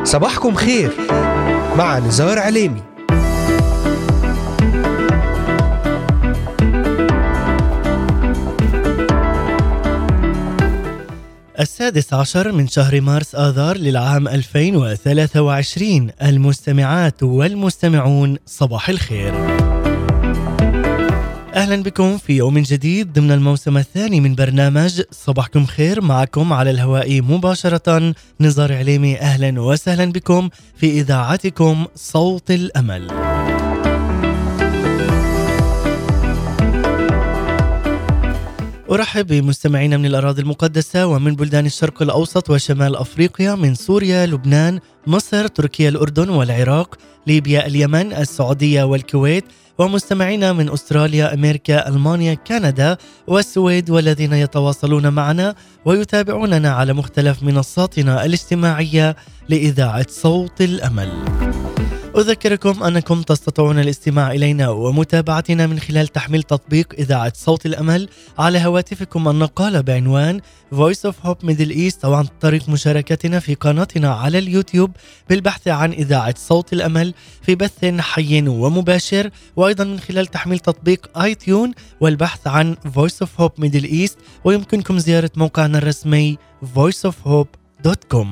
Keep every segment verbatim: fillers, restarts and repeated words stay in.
صباحكم خير مع نزار عليمي. السادس عشر من شهر مارس آذار للعام ألفين وثلاثة وعشرين. المستمعات والمستمعون صباح الخير، أهلا بكم في يوم جديد ضمن الموسم الثاني من برنامج صباحكم خير. معكم على الهواء مباشرة نزار عليمي. أهلا وسهلا بكم في إذاعتكم صوت الأمل. أرحب بمستمعينا من الأراضي المقدسة ومن بلدان الشرق الأوسط وشمال أفريقيا، من سوريا، لبنان، مصر، تركيا، الأردن والعراق، ليبيا، اليمن، السعودية والكويت، ومستمعينا من أستراليا، أمريكا، ألمانيا، كندا والسويد، والذين يتواصلون معنا ويتابعوننا على مختلف منصاتنا الاجتماعية لإذاعة صوت الأمل. أذكركم أنكم تستطيعون الاستماع إلينا ومتابعتنا من خلال تحميل تطبيق إذاعة صوت الأمل على هواتفكم النقالة بعنوان Voice of Hope Middle East، أو عن طريق مشاركتنا في قناتنا على اليوتيوب بالبحث عن إذاعة صوت الأمل في بث حي ومباشر، وأيضا من خلال تحميل تطبيق آي تيون والبحث عن Voice of Hope Middle East. ويمكنكم زيارة موقعنا الرسمي voice of hope دوت كوم.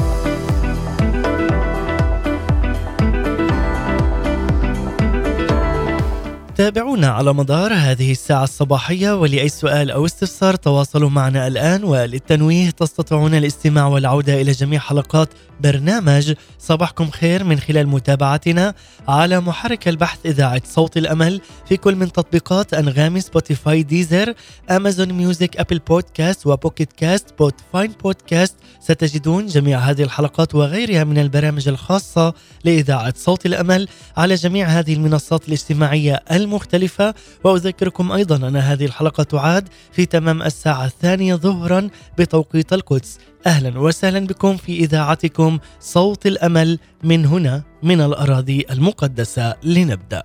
تابعونا على مدار هذه الساعة الصباحية، ولأي سؤال أو استفسار تواصلوا معنا الآن. وللتنويه تستطيعون الاستماع والعودة إلى جميع حلقات برنامج صباحكم خير من خلال متابعتنا على محرك البحث إذاعة صوت الأمل في كل من تطبيقات أنغامي، سبوتيفاي، ديزر، أمازون ميوزك، أبل بودكاست وبوكيت كاست، بودفاين بودكاست. ستجدون جميع هذه الحلقات وغيرها من البرامج الخاصة لإذاعة صوت الأمل على جميع هذه المنصات الاجتماعية المختلفة. وأذكركم أيضا أن هذه الحلقة تعاد في تمام الساعة الثانية ظهرا بتوقيت القدس. أهلا وسهلا بكم في إذاعتكم صوت الأمل من هنا من الأراضي المقدسة. لنبدأ.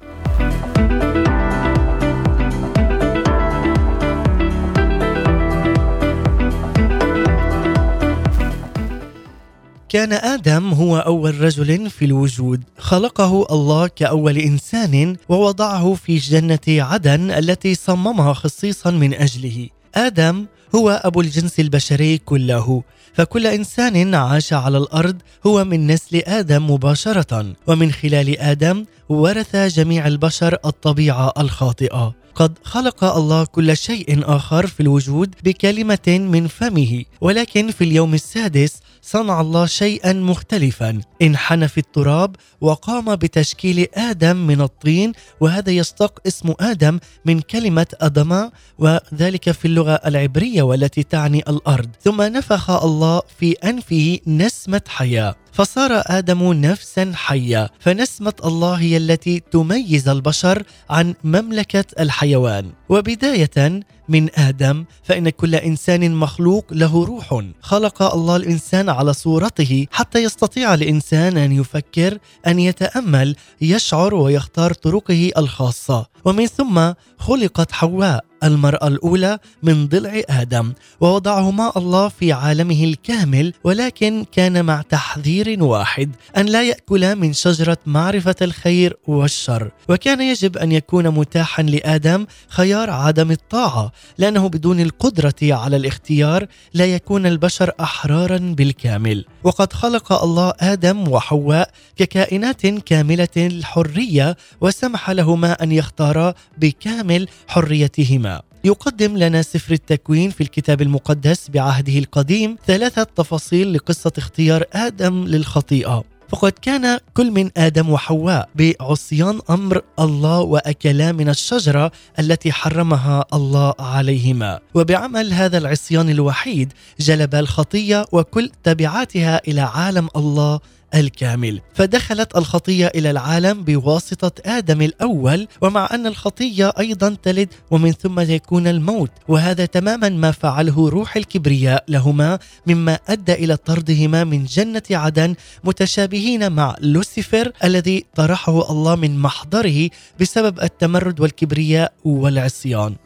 كان آدم هو أول رجل في الوجود، خلقه الله كأول إنسان ووضعه في جنة عدن التي صممها خصيصا من أجله. آدم هو أبو الجنس البشري كله، فكل إنسان عاش على الأرض هو من نسل آدم مباشرة، ومن خلال آدم ورث جميع البشر الطبيعة الخاطئة. قد خلق الله كل شيء آخر في الوجود بكلمة من فمه، ولكن في اليوم السادس صنع الله شيئا مختلفا. انحنى في التراب وقام بتشكيل آدم من الطين، وهذا يشتق اسم آدم من كلمة أدماء، وذلك في اللغة العبرية والتي تعني الأرض. ثم نفخ الله في أنفه نسمة حياة فصار آدم نفسا حية. فنسمة الله هي التي تميز البشر عن مملكة الحيوان. وبداية من آدم فإن كل إنسان مخلوق له روح. خلق الله الإنسان على صورته حتى يستطيع الإنسان أن يفكر، أن يتأمل، يشعر ويختار طرقه الخاصة. ومن ثم خلقت حواء المرأة الأولى من ضلع آدم، ووضعهما الله في عالمه الكامل، ولكن كان مع تحذير واحد: أن لا يأكل من شجرة معرفة الخير والشر. وكان يجب أن يكون متاحا لآدم خيار عدم الطاعة، لأنه بدون القدرة على الاختيار لا يكون البشر أحرارا بالكامل. وقد خلق الله آدم وحواء ككائنات كاملة الحرية، وسمح لهما أن يختارا بكامل حريتهما. يقدم لنا سفر التكوين في الكتاب المقدس بعهده القديم ثلاثة تفاصيل لقصة اختيار آدم للخطيئة. فقد كان كل من آدم وحواء بعصيان أمر الله وأكلا من الشجرة التي حرمها الله عليهما، وبعمل هذا العصيان الوحيد جلب الخطية وكل تبعاتها إلى عالم الله الكامل. فدخلت الخطية إلى العالم بواسطة آدم الأول، ومع أن الخطية أيضا تلد ومن ثم يكون الموت، وهذا تماما ما فعله روح الكبرياء لهما، مما أدى إلى طردهما من جنة عدن، متشابهين مع لوسيفر الذي طرحه الله من محضره بسبب التمرد والكبرياء والعصيان.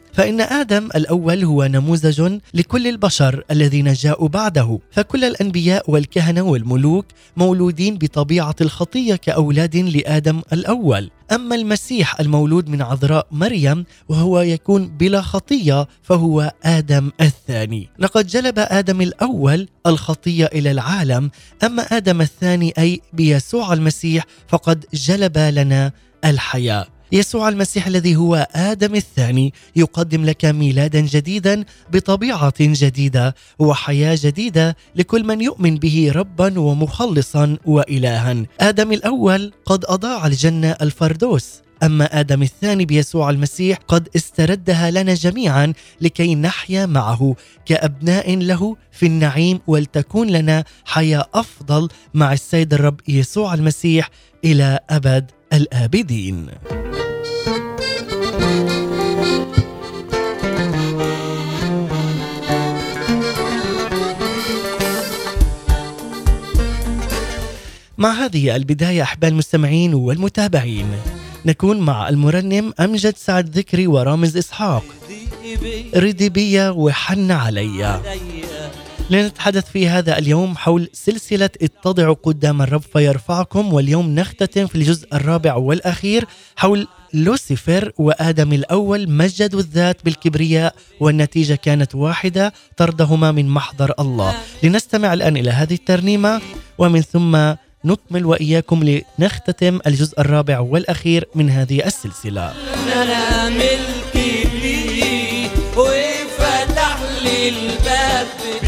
فإن آدم الأول هو نموذج لكل البشر الذين جاءوا بعده، فكل الأنبياء والكهنة والملوك مولودين بطبيعة الخطية كأولاد لآدم الأول. أما المسيح المولود من عذراء مريم وهو يكون بلا خطية فهو آدم الثاني. لقد جلب آدم الأول الخطية إلى العالم، أما آدم الثاني أي بيسوع المسيح فقد جلب لنا الحياة. يسوع المسيح الذي هو آدم الثاني يقدم لك ميلادا جديدا بطبيعة جديدة وحياة جديدة لكل من يؤمن به ربا ومخلصا وإلها. آدم الأول قد أضاع الجنة الفردوس، أما آدم الثاني بيسوع المسيح قد استردها لنا جميعا لكي نحيا معه كأبناء له في النعيم، ولتكون لنا حياة أفضل مع السيد الرب يسوع المسيح إلى أبد الآبدين. مع هذه البداية أحباء المستمعين والمتابعين نكون مع المرنم أمجد سعد ذكري ورامز إسحاق ردي بيا وحن عليا، لنتحدث في هذا اليوم حول سلسلة اتضعوا قدام الرب فيرفعكم، واليوم نختتم في الجزء الرابع والأخير حول لوسيفر وآدم الأول مجدوا الذات بالكبرياء والنتيجة كانت واحدة، طردهما من محضر الله. لنستمع الآن إلى هذه الترنيمة ومن ثم نكمل وإياكم لنختتم الجزء الرابع والأخير من هذه السلسلة. أنا ملكي لي وفتح لي الباب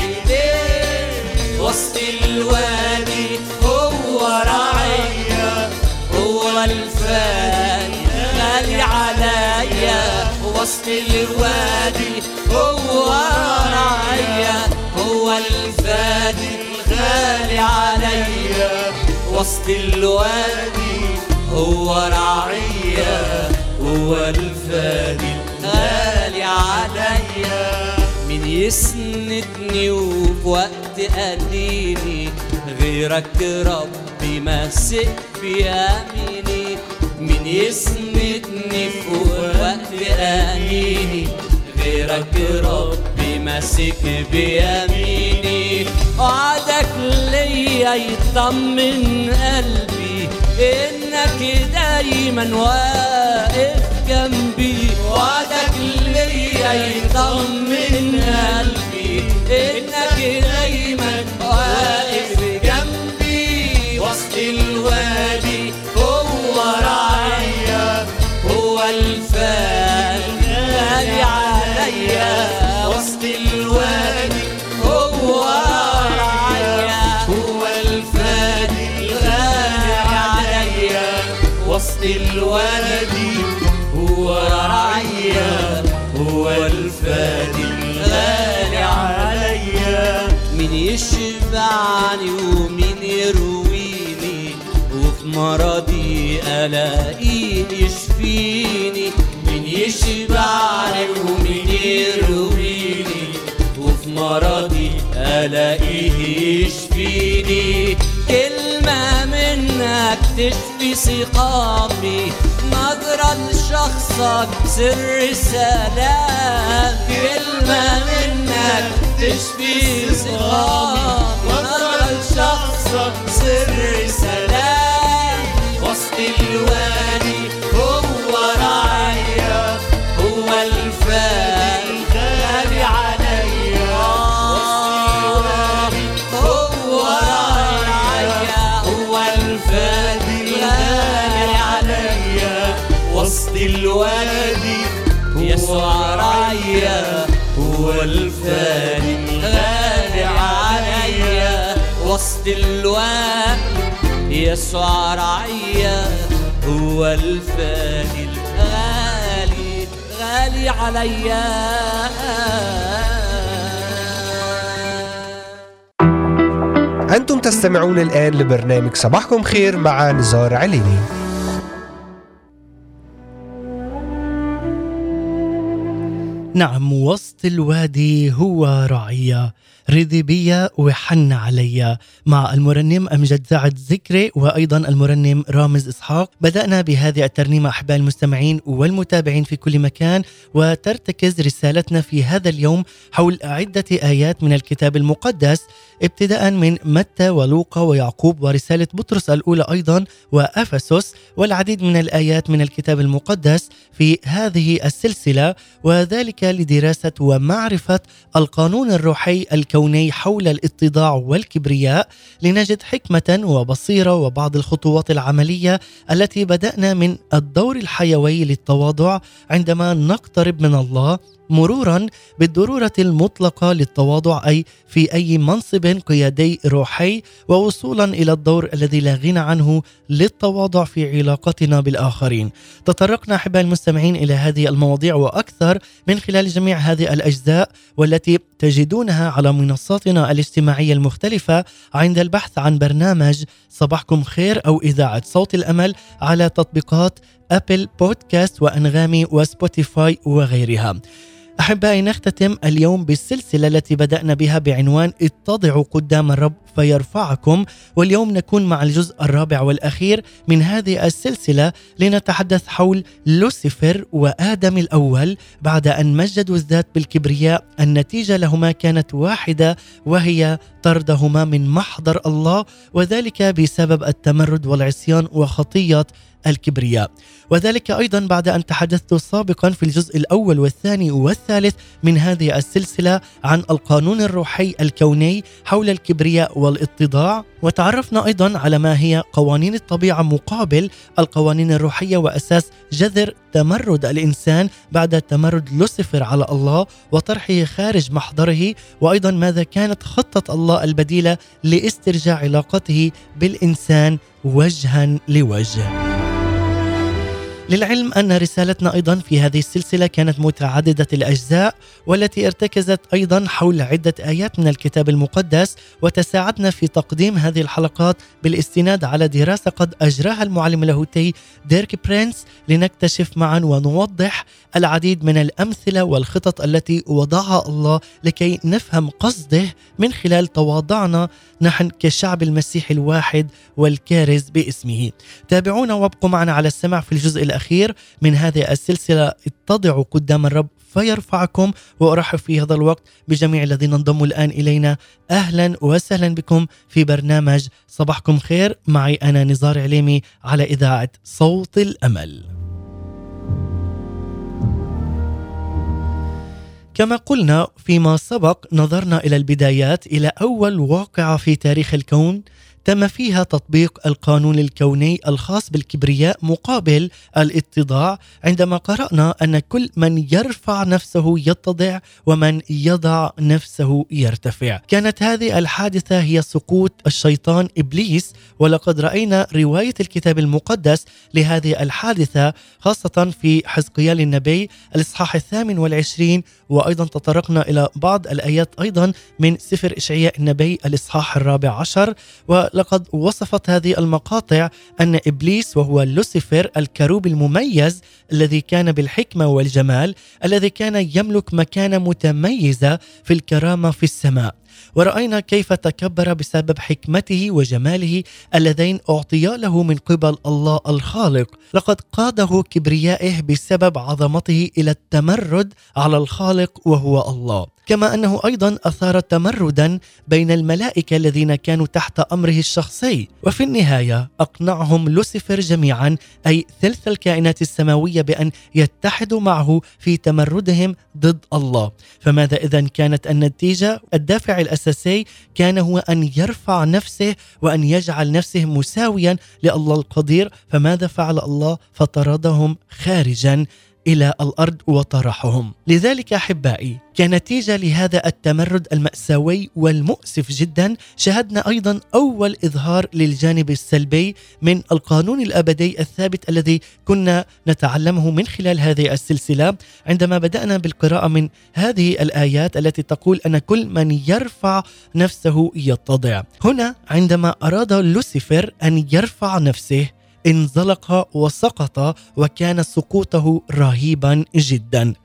بإيديه، وسط الوادي هو راعية، هو الفادي غالي عليا، وسط الوادي هو راعية، هو الفادي غالي عليا، وسط الوادي هو راعية، هو الفادي غالي عليا. من يسندني وفي وقت قليلي غيرك ربي ماسك في يميني، من يسندني في وقت قليلي غيرك ربي ماسك بيميني. وعدك ليا يطمن قلبي انك دايما واقف جنبي، وعدك ليا يطمن قلبي انك دايما واقف جنبي، وسط الوادي هو راعية، هو الفادي غالي عليا، وسط الوادي هو راعية، هو الفادي غالي عليا، وسط الوادي هو راعية، هو الفادي غالي عليا. من يشبعني ومن يرويني وفي مرضي ألاقيه يشفيني، من يشبعني ومن يرويني وفي مرضي ألاقيه يشفيني. كلمة منك تشفي سقامي، نظرة لشخصك سر سلام، كلمة منك تشفي سقامي، نظرة لشخصك سر سلام، وسط الوادي هو راعية، هو الفادي غالي عليا، هو راعية، هو الفادي غالي عليا، وسط الوادي يسوع راعية، هو الفادي غالي عليا، وسط الوادي يسوع راعية، هو الفادي الغالي غالي عليا. أنتم تستمعون الآن لبرنامج صباحكم خير مع نزار عليمي. نعم، وسط الوادي هو رعية، رضي بي وحن علي، مع المرنم أمجد زعد ذكري وأيضا المرنم رامز إسحاق. بدأنا بهذه الترنيمة أحباء المستمعين والمتابعين في كل مكان، وترتكز رسالتنا في هذا اليوم حول عدة آيات من الكتاب المقدس، ابتداء من متى ولوقا ويعقوب ورسالة بطرس الأولى أيضا وأفسس، والعديد من الآيات من الكتاب المقدس في هذه السلسلة، وذلك لدراسة ومعرفة القانون الروحي الكوني حول الاتضاع والكبرياء، لنجد حكمة وبصيرة وبعض الخطوات العملية التي بدأنا من الدور الحيوي للتواضع عندما نقترب من الله، مرورا بالضرورة المطلقة للتواضع أي في أي منصب قيادي روحي، ووصولا إلى الدور الذي لا غنى عنه للتواضع في علاقتنا بالآخرين. تطرقنا أحباء المستمعين إلى هذه المواضيع وأكثر من خلال جميع هذه الأجزاء، والتي تجدونها على منصاتنا الاجتماعية المختلفة عند البحث عن برنامج صباحكم خير أو إذاعة صوت الأمل على تطبيقات أبل بودكاست وأنغامي وسبوتيفاي وغيرها. أحبائي، نختتم اليوم بالسلسلة التي بدأنا بها بعنوان اتضعوا قدام الرب فيرفعكم، واليوم نكون مع الجزء الرابع والأخير من هذه السلسلة لنتحدث حول لوسيفر وآدم الأول. بعد أن مجدوا الذات بالكبرياء، النتيجة لهما كانت واحدة، وهي طردهما من محضر الله، وذلك بسبب التمرد والعصيان وخطية الكبرياء. وذلك أيضا بعد أن تحدثت سابقا في الجزء الأول والثاني والثالث من هذه السلسلة عن القانون الروحي الكوني حول الكبرياء والاتضاع، وتعرفنا أيضا على ما هي قوانين الطبيعة مقابل القوانين الروحية وأساس جذر تمرد الإنسان بعد تمرد لوسيفر على الله وطرحه خارج محضره، وأيضا ماذا كانت خطة الله البديلة لاسترجاع علاقته بالإنسان وجها لوجه. للعلم أن رسالتنا أيضا في هذه السلسلة كانت متعددة الأجزاء، والتي ارتكزت أيضا حول عدة آيات من الكتاب المقدس، وتساعدنا في تقديم هذه الحلقات بالاستناد على دراسة قد أجراها المعلم اللاهوتي ديرك برينس، لنكتشف معا ونوضح العديد من الأمثلة والخطط التي وضعها الله لكي نفهم قصده من خلال تواضعنا نحن كشعب المسيح الواحد والكارز باسمه. تابعونا وابقوا معنا على السمع في الجزء الأخير من هذه السلسلة اتضعوا قدام الرب فيرفعكم، وأرحب في هذا الوقت بجميع الذين انضموا الآن إلينا. أهلا وسهلا بكم في برنامج صباحكم خير، معي أنا نزار عليمي على إذاعة صوت الأمل. كما قلنا فيما سبق، نظرنا إلى البدايات، إلى أول واقعة في تاريخ الكون تم فيها تطبيق القانون الكوني الخاص بالكبرياء مقابل الاتضاع، عندما قرأنا أن كل من يرفع نفسه يتضع ومن يضع نفسه يرتفع. كانت هذه الحادثة هي سقوط الشيطان إبليس، ولقد رأينا رواية الكتاب المقدس لهذه الحادثة خاصة في حزقيال النبي الإصحاح الثامن والعشرين، وأيضا تطرقنا إلى بعض الآيات أيضا من سفر إشعياء النبي الإصحاح الرابع عشر. ولقد وصفت هذه المقاطع أن إبليس وهو لوسيفر الكروب المميز الذي كان بالحكمة والجمال، الذي كان يملك مكانة متميزة في الكرامة في السماء، ورأينا كيف تكبر بسبب حكمته وجماله اللذين أعطيا له من قبل الله الخالق. لقد قاده كبريائه بسبب عظمته إلى التمرد على الخالق وهو الله، كما أنه أيضا أثار تمردا بين الملائكة الذين كانوا تحت أمره الشخصي. وفي النهاية أقنعهم لوسيفر جميعا، أي ثلث الكائنات السماوية، بأن يتحدوا معه في تمردهم ضد الله. فماذا إذن كانت النتيجة؟ الدافع الأساسي كان هو أن يرفع نفسه وأن يجعل نفسه مساويا لله القدير. فماذا فعل الله؟ فطردهم خارجا إلى الأرض وطرحهم. لذلك أحبائي، كنتيجة لهذا التمرد المأساوي والمؤسف جدا، شهدنا أيضا أول إظهار للجانب السلبي من القانون الأبدي الثابت الذي كنا نتعلمه من خلال هذه السلسلة، عندما بدأنا بالقراءة من هذه الآيات التي تقول أن كل من يرفع نفسه يتضع. هنا عندما أراد لوسيفر أن يرفع نفسه انزلق وسقط، وكان سقوطه رهيبا جدا.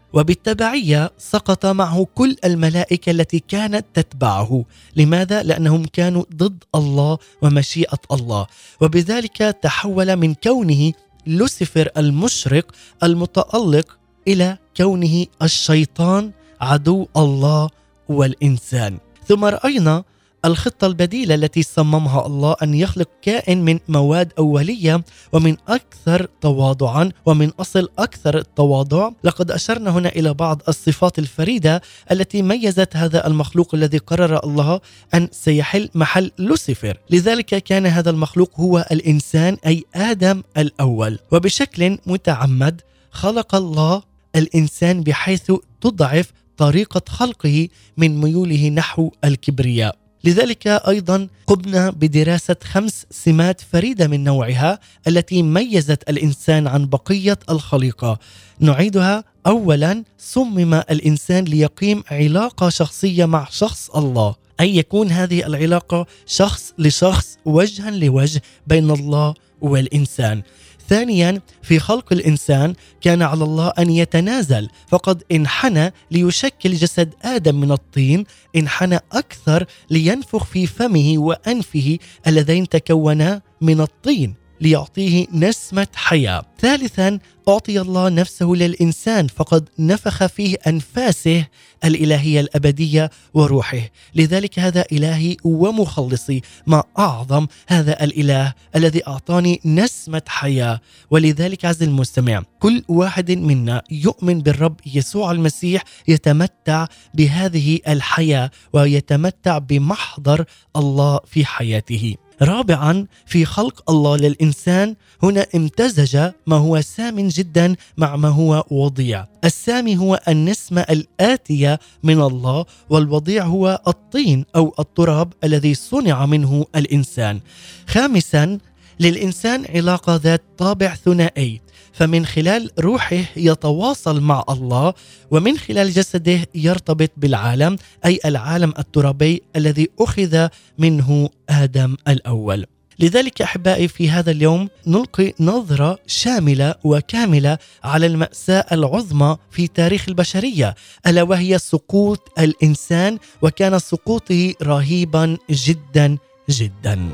وبالتبعية سقط معه كل الملائكة التي كانت تتبعه. لماذا؟ لأنهم كانوا ضد الله ومشيئة الله، وبذلك تحول من كونه لوسيفر المشرق المتألق إلى كونه الشيطان عدو الله والإنسان. ثم رأينا الخطة البديلة التي صممها الله أن يخلق كائن من مواد أولية ومن أكثر تواضعا ومن أصل أكثر التواضع. لقد أشرنا هنا إلى بعض الصفات الفريدة التي ميزت هذا المخلوق الذي قرر الله أن سيحل محل لوسيفر. لذلك كان هذا المخلوق هو الإنسان، أي آدم الأول. وبشكل متعمد خلق الله الإنسان بحيث تضعف طريقة خلقه من ميوله نحو الكبرياء. لذلك أيضا قمنا بدراسة خمس سمات فريدة من نوعها التي ميزت الإنسان عن بقية الخليقة. نعيدها. أولا، صمم الإنسان ليقيم علاقة شخصية مع شخص الله، أي يكون هذه العلاقة شخص لشخص، وجها لوجه بين الله والإنسان. ثانيا، في خلق الإنسان كان على الله أن يتنازل، فقد انحنى ليشكل جسد آدم من الطين، انحنى أكثر لينفخ في فمه وأنفه اللذين تكونا من الطين ليعطيه نسمة حياة. ثالثا، أعطي الله نفسه للإنسان، فقد نفخ فيه أنفاسه الإلهية الأبدية وروحه. لذلك هذا إلهي ومخلصي، ما أعظم هذا الإله الذي أعطاني نسمة حياة. ولذلك عز المستمع، كل واحد منا يؤمن بالرب يسوع المسيح يتمتع بهذه الحياة ويتمتع بمحضر الله في حياته. رابعا، في خلق الله للإنسان هنا امتزج ما هو سام جدا مع ما هو وضيع. السامي هو النسمة الآتية من الله، والوضيع هو الطين أو التراب الذي صنع منه الإنسان. خامسا، للإنسان علاقة ذات طابع ثنائي، فمن خلال روحه يتواصل مع الله، ومن خلال جسده يرتبط بالعالم، أي العالم الترابي الذي أخذ منه آدم الأول. لذلك أحبائي، في هذا اليوم نلقي نظرة شاملة وكاملة على المأساة العظمى في تاريخ البشرية، ألا وهي سقوط الإنسان، وكان سقوطه رهيبا جدا جدا.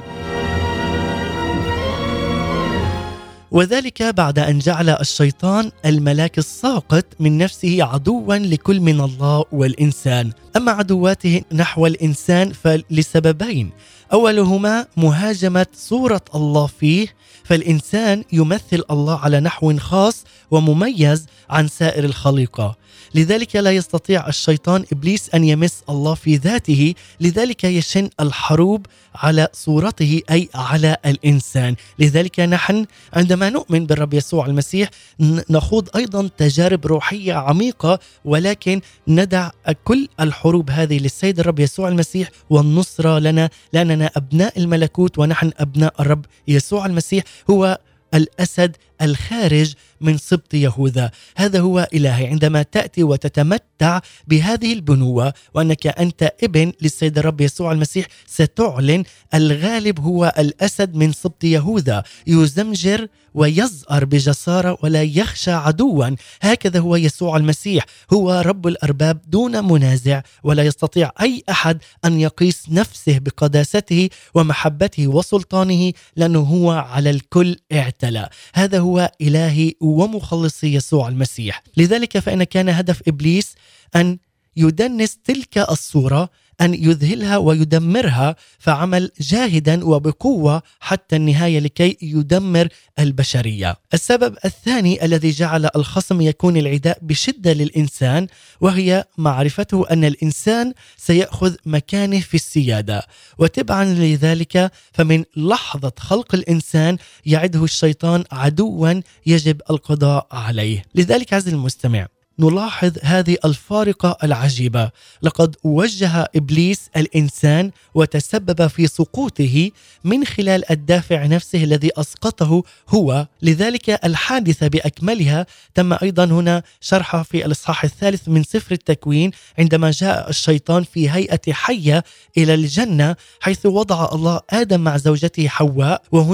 وذلك بعد أن جعل الشيطان الملاك الساقط من نفسه عدوا لكل من الله والإنسان. أما عدواته نحو الإنسان فلسببين: أولهما مهاجمة صورة الله فيه، فالإنسان يمثل الله على نحو خاص ومميز عن سائر الخليقة، لذلك لا يستطيع الشيطان إبليس أن يمس الله في ذاته، لذلك يشن الحروب على صورته أي على الإنسان. لذلك نحن عندما نؤمن بالرب يسوع المسيح نخوض أيضا تجارب روحية عميقة، ولكن ندع كل الحروب هذه للسيد الرب يسوع المسيح والنصرة لنا، لأننا أبناء الملكوت ونحن أبناء الرب يسوع المسيح. هو الأسد الخارج من سبط يهوذا، هذا هو إلهي. عندما تأتي وتتمتع بهذه البنوة وأنك أنت ابن للسيد الرب يسوع المسيح، ستعلن الغالب هو الأسد من سبط يهوذا، يزمجر ويزأر بجسارة ولا يخشى عدوا. هكذا هو يسوع المسيح، هو رب الأرباب دون منازع، ولا يستطيع أي أحد أن يقيس نفسه بقداسته ومحبته وسلطانه، لأنه هو على الكل اعتلى. هذا هو إلهي ومخلصي يسوع المسيح. لذلك فإن كان هدف إبليس أن يدنس تلك الصورة، أن يذهلها ويدمرها، فعمل جاهدا وبقوة حتى النهاية لكي يدمر البشرية. السبب الثاني الذي جعل الخصم يكون العداء بشدة للإنسان، وهي معرفته أن الإنسان سيأخذ مكانه في السيادة، وتبعا لذلك فمن لحظة خلق الإنسان يعده الشيطان عدوا يجب القضاء عليه. لذلك عزيزي المستمع، نلاحظ هذه الفارقة العجيبة. لقد وجه إبليس الإنسان وتسبب في سقوطه من خلال الدافع نفسه الذي أسقطه هو. لذلك الحادثة بأكملها تم أيضا هنا شرحها في الإصحاح الثالث من سفر التكوين، عندما جاء الشيطان في هيئة حية إلى الجنة، حيث وضع الله آدم مع زوجته حواء، وهنا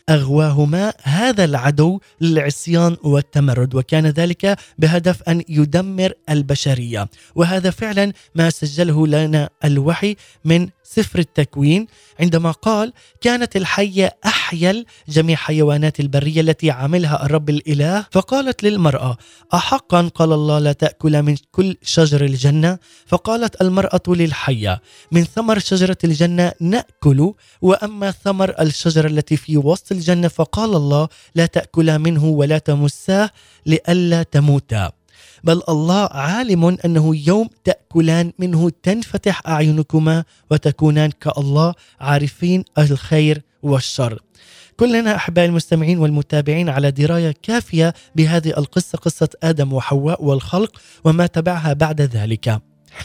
أغواهما هذا العدو للعصيان والتمرد، وكان ذلك بهدف أن يدمر البشرية. وهذا فعلا ما سجله لنا الوحي من سفر التكوين عندما قال: كانت الحية أحيل جميع حيوانات البرية التي عملها الرب الإله، فقالت للمرأة: أحقا قال الله لا تأكل من كل شجر الجنة؟ فقالت المرأة للحية: من ثمر شجرة الجنة نأكل، وأما ثمر الشجرة التي في وسط الجنة فقال الله لا تأكلا منه ولا تمساه لئلا تموتا، بل الله عالم أنه يوم تأكلان منه تنفتح أعينكما وتكونان كالله عارفين الخير والشر. كلنا أحبائي المستمعين والمتابعين على دراية كافية بهذه القصة، قصة آدم وحواء والخلق وما تبعها بعد ذلك.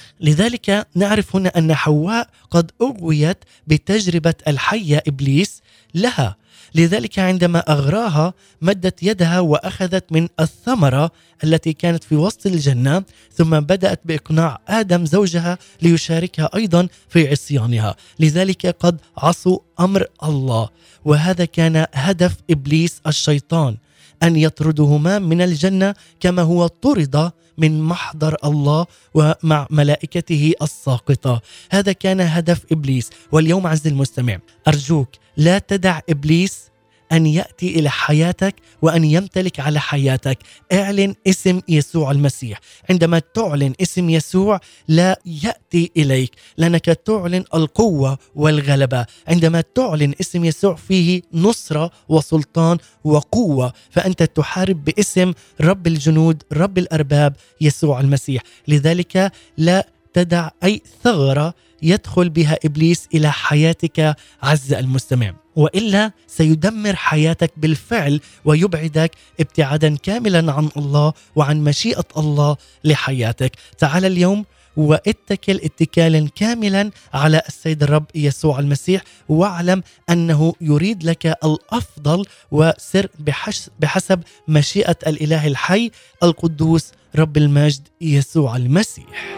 لذلك نعرف هنا أن حواء قد أغويت بتجربة الحية إبليس لها، لذلك عندما أغراها مدت يدها وأخذت من الثمرة التي كانت في وسط الجنة، ثم بدأت بإقناع آدم زوجها ليشاركها أيضا في عصيانها، لذلك قد عصوا أمر الله. وهذا كان هدف إبليس الشيطان، أن يطردهما من الجنة كما هو طرد من محضر الله ومع ملائكته الساقطة. هذا كان هدف إبليس. واليوم عز المستمع أرجوك لا تدع إبليس أن يأتي إلى حياتك وأن يمتلك على حياتك. اعلن اسم يسوع المسيح. عندما تعلن اسم يسوع لا يأتي إليك، لأنك تعلن القوة والغلبة. عندما تعلن اسم يسوع فيه نصرة وسلطان وقوة، فأنت تحارب باسم رب الجنود رب الأرباب يسوع المسيح. لذلك لا تدع أي ثغرة يدخل بها إبليس إلى حياتك عز المستمع، وإلا سيدمر حياتك بالفعل ويبعدك ابتعادا كاملا عن الله وعن مشيئة الله لحياتك. تعال اليوم واتكل اتكالا كاملا على السيد الرب يسوع المسيح، واعلم أنه يريد لك الأفضل، وسر بحسب مشيئة الإله الحي القدوس رب المجد يسوع المسيح.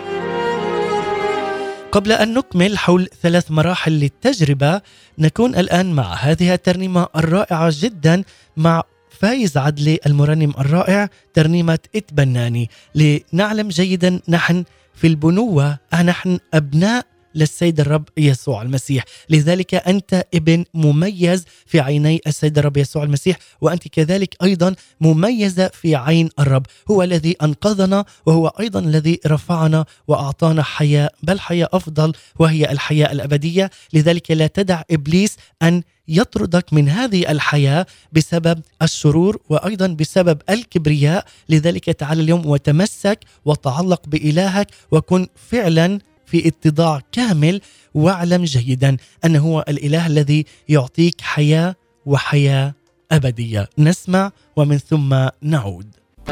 قبل أن نكمل حول ثلاث مراحل للتجربة، نكون الآن مع هذه الترنيمة الرائعة جدا مع فايز عدلي المرنم الرائع، ترنيمة اتبناني. لنعلم جيدا نحن في البنوة نحن أبناء للسيد الرب يسوع المسيح، لذلك أنت ابن مميز في عيني السيد الرب يسوع المسيح، وأنت كذلك أيضا مميزة في عين الرب. هو الذي أنقذنا، وهو أيضا الذي رفعنا وأعطانا حياة، بل حياة أفضل وهي الحياة الأبدية. لذلك لا تدع إبليس أن يطردك من هذه الحياة بسبب الشرور وأيضا بسبب الكبرياء. لذلك تعال اليوم وتمسك وتعلق بإلهك وكن فعلا في اتضاع كامل، واعلم جيدا أنه هو الإله الذي يعطيك حياة وحياة أبدية. نسمع ومن ثم نعود.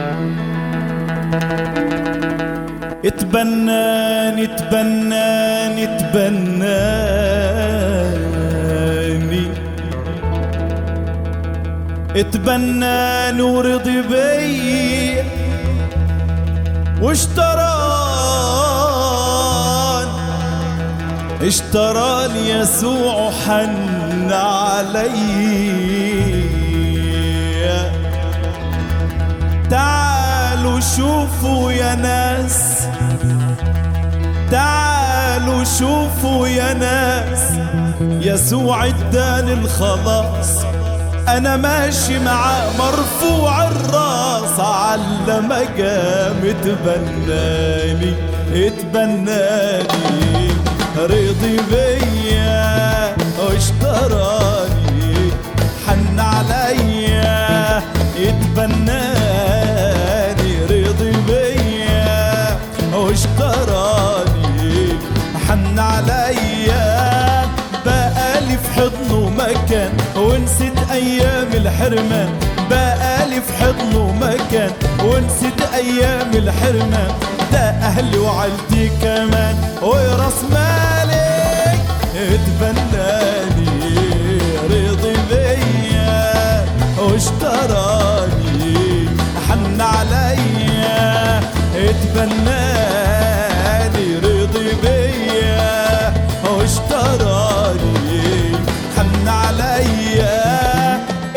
اتبناني اتبناني اتبناني اتبناني ورضي بي واشتراني اشتراني يسوع حن علي. تعالوا شوفوا يا ناس، تعالوا شوفوا يا ناس، يسوع اداني الخلاص. انا ماشي معاه مرفوع الراس، على مقام اتبناني اتبناني رضي بيا واشتراني حن عليا. اتبناني رضي بيا واشتراني حن عليا. بقالي في حضنه مكان ونسيت ايام الحرمان، بقالي في حضنه مكان ونسيت ايام الحرمان. ده اهلي وعيلتي كمان وراس مالي. اتبناني رضي بيا واشتراني حن عليا. اتبناني رضي بيا واشتراني حن عليا.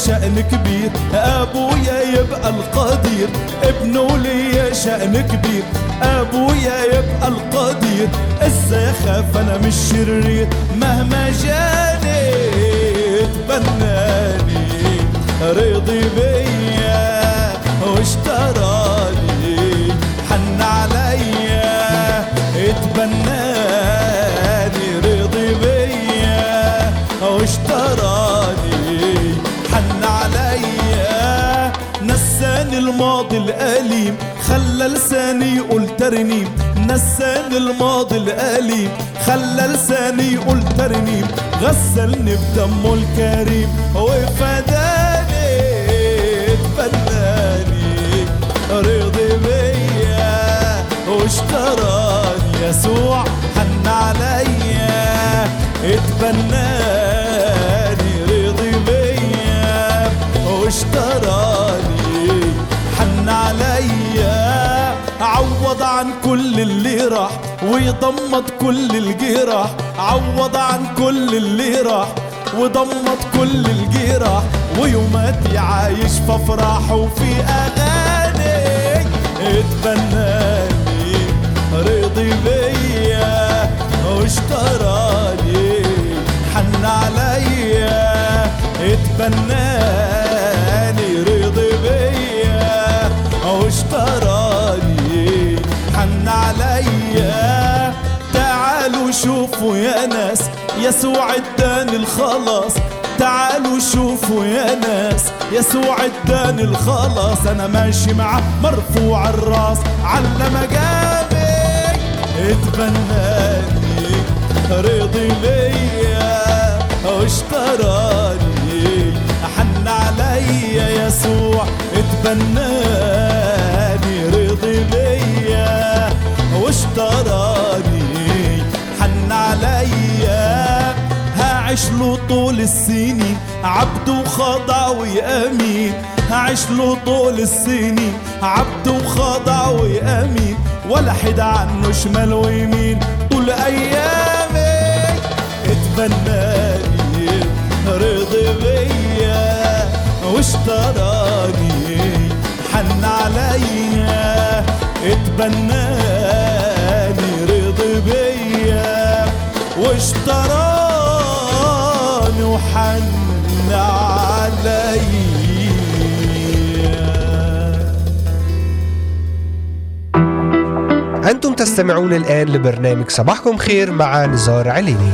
شأن كبير، أبويا يبقى القدير، ابنه ليا شأن كبير، أبويا يبقى القدير. ازاي اخاف انا مش شرير، مهما جاني اتبناني، رضي بيا واشتراني، حن عليا اتبناني، رضي بيا واشتراني، حن عليا. نساني الماضي الأليم، خلى لساني يقول ترنيم، نساني الماضي الأليم، خلى لساني يقول ترنيم، غسلني بدمه الكريم وفداني، اتبناني، رضي بيا واشتراني، يسوع حن عليا اتبناني، رضي بيا واشتراني، حن عليا. عوض عن كل اللي راح ويضمد كل الجراح، عوض عن كل اللي راح وضمد كل الجراح، ويوماتي عايش في افراح وفي اغاني، اتبناني، رضي بيا واشتراني، حن عليا اتبناني، رضي بيا واشتراني، حن عليا. تعالوا شوفوا يا ناس، يسوع اداني الخلاص، تعالوا شوفوا يا ناس، يسوع اداني الخلاص، انا ماشي معاه مرفوع الراس، على مقامي اتبناني، رضي بيا واشتراني، حن عليا، يسوع اتبناني، رضي بيا واشتراني، حن عليا. هعيش له طول السنين عبد وخضع ويأمين، هعيش له طول السنين عبد وخضع ويأمين، ولا حد عنه شمال ويمين طول أيامي، اتبناني، رضي بيا واشتراني، حن عليا اتبناني، رضي بيا واشتراني، وحن عليا. أنتم تستمعون الآن لبرنامج صباحكم خير مع نزار عليني.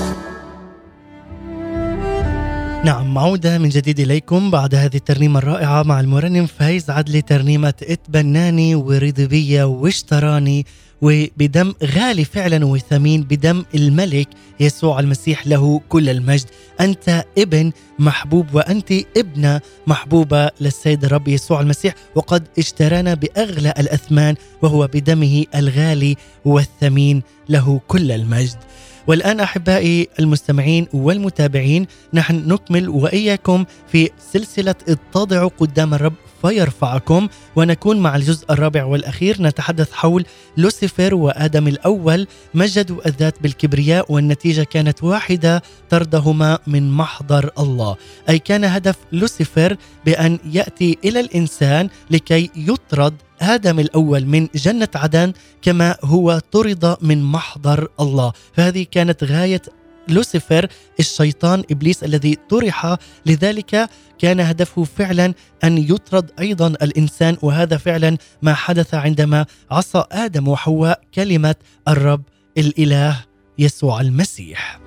نعم، عودة من جديد إليكم بعد هذه الترنيمة الرائعة مع المرنم فايز عدلي، ترنيمة اتبناني ورضي بيا واشتراني، وبدم غالي فعلا وثمين، بدم الملك يسوع المسيح، له كل المجد. أنت ابن محبوب وأنت ابنة محبوبة للسيد الرب يسوع المسيح، وقد اشترانا بأغلى الأثمان، وهو بدمه الغالي والثمين، له كل المجد. والآن أحبائي المستمعين والمتابعين، نحن نكمل وإياكم في سلسلة اتضعوا قدام الرب فيرفعكم، ونكون مع الجزء الرابع والأخير. نتحدث حول لوسيفر وآدم الأول، مجدوا الذات بالكبرياء، والنتيجة كانت واحدة، طردهما من محضر الله. أي كان هدف لوسيفر بأن يأتي إلى الإنسان لكي يطرد آدم الأول من جنة عدن كما هو طرد من محضر الله. فهذه كانت غاية لوسيفر الشيطان إبليس الذي طرح، لذلك كان هدفه فعلا أن يطرد أيضا الإنسان، وهذا فعلا ما حدث عندما عصى آدم وحواء كلمة الرب الإله يسوع المسيح.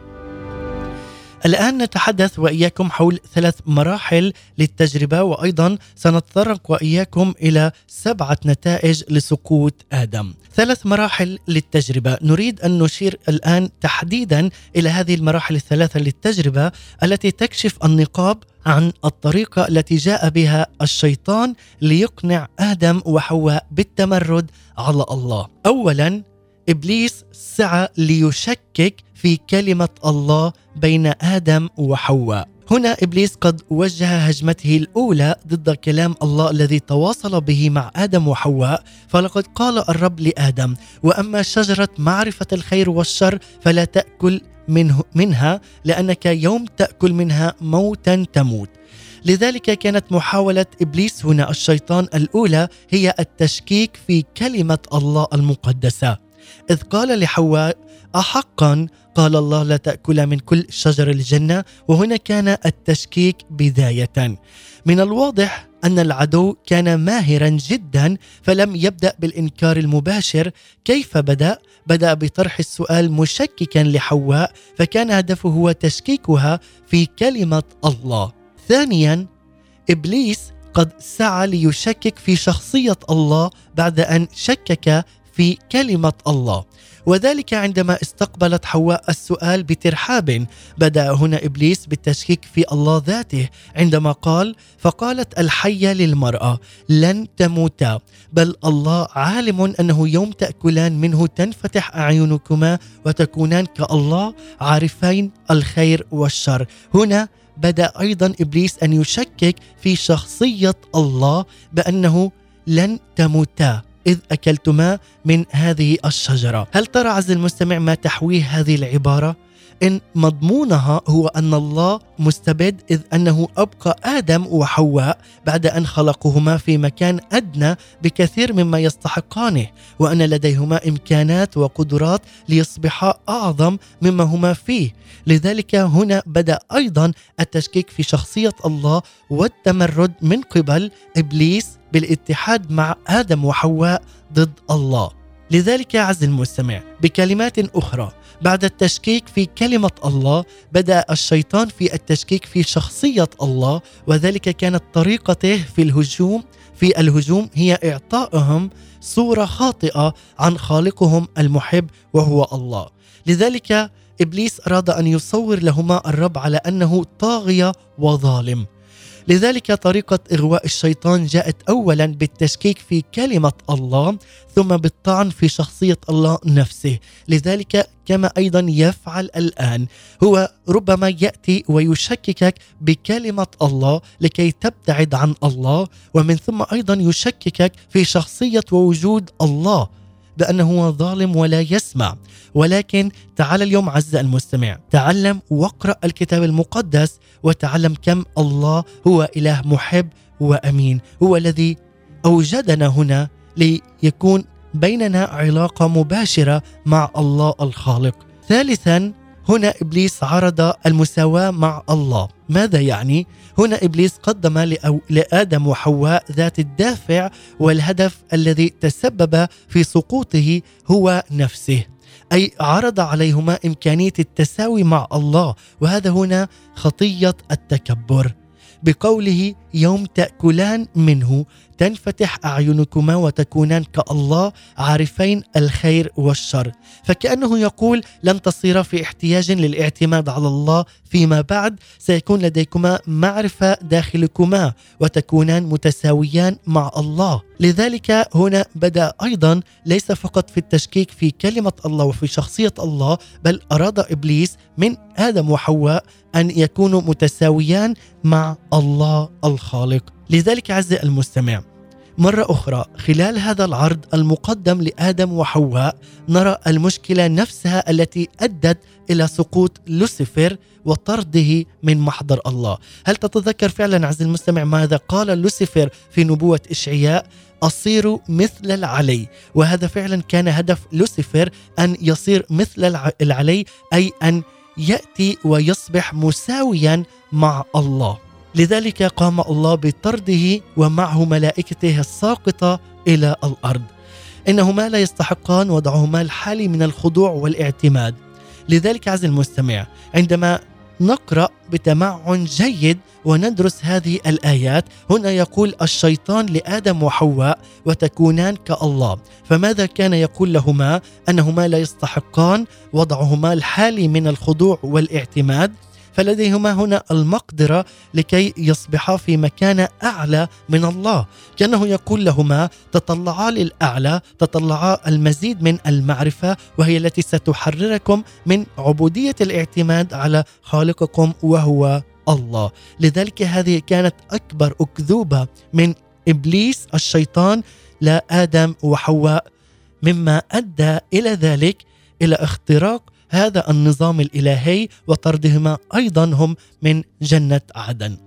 الآن نتحدث وإياكم حول ثلاث مراحل للتجربة، وأيضا سنتطرق وإياكم إلى سبعة نتائج لسقوط آدم. ثلاث مراحل للتجربة، نريد أن نشير الآن تحديدا إلى هذه المراحل الثلاثة للتجربة التي تكشف النقاب عن الطريقة التي جاء بها الشيطان ليقنع آدم وحواء بالتمرد على الله. أولا، إبليس سعى ليشكك في كلمة الله بين آدم وحواء. هنا إبليس قد وجه هجمته الأولى ضد كلام الله الذي تواصل به مع آدم وحواء، فلقد قال الرب لآدم: وأما شجرة معرفة الخير والشر فلا تأكل منه منها، لأنك يوم تأكل منها موتا تموت. لذلك كانت محاولة إبليس هنا الشيطان الأولى هي التشكيك في كلمة الله المقدسة، إذ قال لحواء: أحقا قال الله لا تأكل من كل شجر الجنة؟ وهنا كان التشكيك بداية. من الواضح أن العدو كان ماهرا جدا، فلم يبدأ بالإنكار المباشر. كيف بدأ؟ بدأ بطرح السؤال مشككا لحواء، فكان هدفه هو تشكيكها في كلمة الله. ثانيا، إبليس قد سعى ليشكك في شخصية الله بعد أن شكك في كلمة الله، وذلك عندما استقبلت حواء السؤال بترحاب. بدأ هنا إبليس بالتشكيك في الله ذاته عندما قال: فقالت الحية للمرأة: لن تموتا، بل الله عالم أنه يوم تأكلان منه تنفتح أعينكما وتكونان كالله عارفين الخير والشر. هنا بدأ أيضا إبليس أن يشكك في شخصية الله بأنه لن تموتا إذ أكلتما من هذه الشجرة. هل ترى عز المستمع ما تحويه هذه العبارة؟ إن مضمونها هو أن الله مستبد، إذ أنه أبقى آدم وحواء بعد أن خلقهما في مكان أدنى بكثير مما يستحقانه، وأن لديهما إمكانات وقدرات ليصبحا أعظم مما هما فيه. لذلك هنا بدأ أيضا التشكيك في شخصية الله والتمرد من قبل إبليس بالاتحاد مع آدم وحواء ضد الله. لذلك عز المستمع، بكلمات أخرى، بعد التشكيك في كلمة الله بدأ الشيطان في التشكيك في شخصية الله، وذلك كانت طريقته في الهجوم في الهجوم هي إعطائهم صورة خاطئة عن خالقهم المحب وهو الله. لذلك إبليس أراد أن يصور لهما الرب على أنه طاغية وظالم. لذلك طريقة إغواء الشيطان جاءت أولا بالتشكيك في كلمة الله، ثم بالطعن في شخصية الله نفسه. لذلك كما أيضا يفعل الآن، هو ربما يأتي ويشككك بكلمة الله لكي تبتعد عن الله، ومن ثم أيضا يشككك في شخصية ووجود الله بأنه ظالم ولا يسمع. ولكن تعال اليوم عز المستمع، تعلم واقرأ الكتاب المقدس وتعلم كم الله هو إله محب وأمين، هو الذي أوجدنا هنا ليكون بيننا علاقة مباشرة مع الله الخالق. ثالثا، هنا إبليس عرض المساواة مع الله. ماذا يعني؟ هنا إبليس قدم لآدم وحواء ذات الدافع والهدف الذي تسبب في سقوطه هو نفسه، أي عرض عليهما إمكانية التساوي مع الله، وهذا هنا خطية التكبر، بقوله: يوم تأكلان منه تنفتح أعينكما وتكونان كالله عارفين الخير والشر. فكأنه يقول: لن تصير في احتياج للاعتماد على الله فيما بعد، سيكون لديكما معرفة داخلكما وتكونان متساويان مع الله. لذلك هنا بدأ أيضا ليس فقط في التشكيك في كلمة الله وفي شخصية الله، بل أراد إبليس من آدم وحواء أن يكونوا متساويان مع الله الخالق. لذلك عز المستمع، مرة أخرى خلال هذا العرض المقدم لآدم وحواء نرى المشكلة نفسها التي أدت إلى سقوط لوسيفر وطرده من محضر الله. هل تتذكر فعلا عز المستمع ماذا قال لوسيفر في نبوة إشعياء؟ أصير مثل العلي. وهذا فعلا كان هدف لوسيفر، أن يصير مثل العلي، أي أن يأتي ويصبح مساويا مع الله. لذلك قام الله بطرده ومعه ملائكته الساقطة إلى الأرض. إنهما لا يستحقان وضعهما الحالي من الخضوع والاعتماد. لذلك عز المستمع، عندما نقرأ بتمعن جيد وندرس هذه الآيات، هنا يقول الشيطان لآدم وحواء: وتكونان كالله. فماذا كان يقول لهما؟ أنهما لا يستحقان وضعهما الحالي من الخضوع والاعتماد، فلديهما هنا المقدرة لكي يصبحا في مكان أعلى من الله. كأنه يقول لهما: تطلعا للأعلى، تطلعا المزيد من المعرفة، وهي التي ستحرركم من عبودية الاعتماد على خالقكم وهو الله. لذلك هذه كانت أكبر أكذوبة من إبليس الشيطان لآدم وحواء، مما أدى إلى ذلك إلى اختراق هذا النظام الإلهي وطردهما أيضا هم من جنة عدن.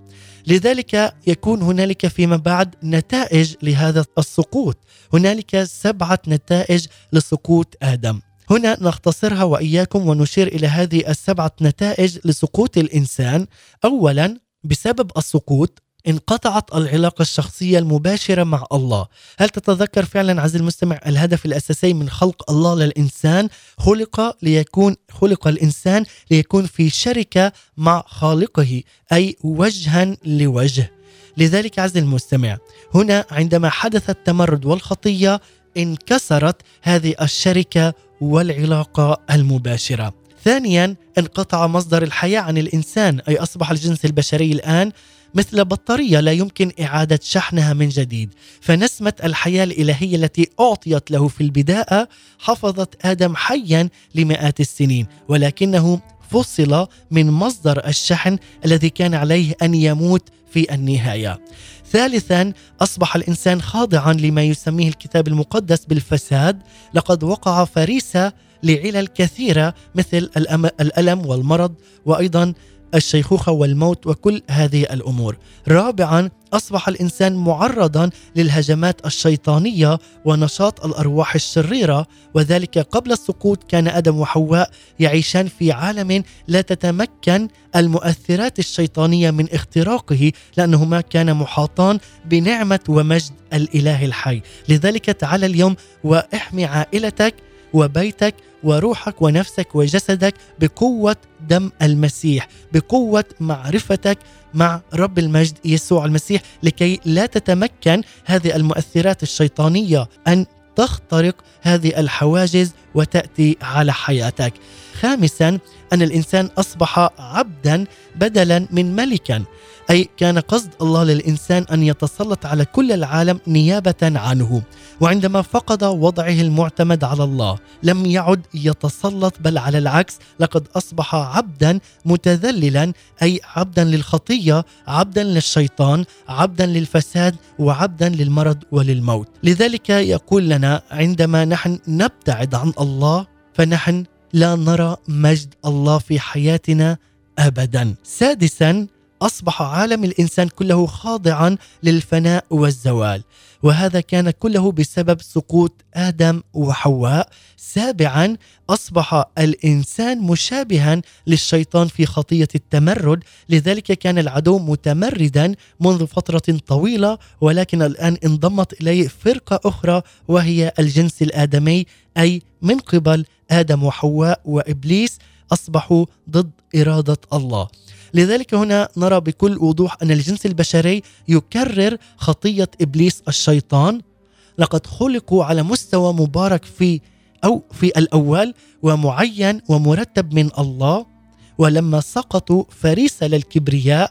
لذلك يكون هنالك فيما بعد نتائج لهذا السقوط. هنالك سبعة نتائج لسقوط آدم، هنا نختصرها وإياكم ونشير إلى هذه السبعة نتائج لسقوط الإنسان. أولا، بسبب السقوط انقطعت العلاقة الشخصية المباشرة مع الله. هل تتذكر فعلا عزيزي المستمع الهدف الأساسي من خلق الله للإنسان؟ خلق ليكون خلق الإنسان ليكون في شركة مع خالقه، أي وجها لوجه. لذلك عزيزي المستمع، هنا عندما حدث التمرد والخطية انكسرت هذه الشركة والعلاقة المباشرة. ثانيا، انقطع مصدر الحياة عن الإنسان، أي أصبح الجنس البشري الآن مثل بطارية لا يمكن إعادة شحنها من جديد. فنسمة الحياة الإلهية التي أعطيت له في البداية حفظت آدم حيا لمئات السنين، ولكنه فصل من مصدر الشحن الذي كان عليه أن يموت في النهاية. ثالثا، أصبح الإنسان خاضعا لما يسميه الكتاب المقدس بالفساد. لقد وقع فريسة لعلل كثيرة مثل الألم والمرض وأيضا الشيخوخة والموت وكل هذه الأمور. رابعا، أصبح الإنسان معرضا للهجمات الشيطانية ونشاط الأرواح الشريرة، وذلك قبل السقوط كان آدم وحواء يعيشان في عالم لا تتمكن المؤثرات الشيطانية من اختراقه، لأنهما كان محاطان بنعمة ومجد الإله الحي. لذلك تعال اليوم واحمي عائلتك وبيتك وروحك ونفسك وجسدك بقوة دم المسيح، بقوة معرفتك مع رب المجد يسوع المسيح، لكي لا تتمكن هذه المؤثرات الشيطانية أن تخترق هذه الحواجز وتأتي على حياتك. خامسا، أن الإنسان أصبح عبدا بدلا من ملكا، أي كان قصد الله للإنسان أن يتسلط على كل العالم نيابة عنه، وعندما فقد وضعه المعتمد على الله لم يعد يتسلط، بل على العكس لقد أصبح عبدا متذللا، أي عبدا للخطية، عبدا للشيطان، عبدا للفساد، وعبدا للمرض وللموت. لذلك يقول لنا عندما نحن نبتعد عن الله فنحن لا نرى مجد الله في حياتنا أبدا. سادسا، أصبح عالم الإنسان كله خاضعا للفناء والزوال، وهذا كان كله بسبب سقوط آدم وحواء. سابعا، أصبح الإنسان مشابها للشيطان في خطية التمرد، لذلك كان العدو متمردا منذ فترة طويلة، ولكن الآن انضمت إليه فرقة أخرى وهي الجنس الآدمي، أي من قبل آدم وحواء وإبليس أصبحوا ضد إرادة الله. لذلك هنا نرى بكل وضوح أن الجنس البشري يكرر خطية إبليس الشيطان. لقد خلقوا على مستوى مبارك في أو في الأول ومعين ومرتب من الله، ولما سقطوا فريسة للكبرياء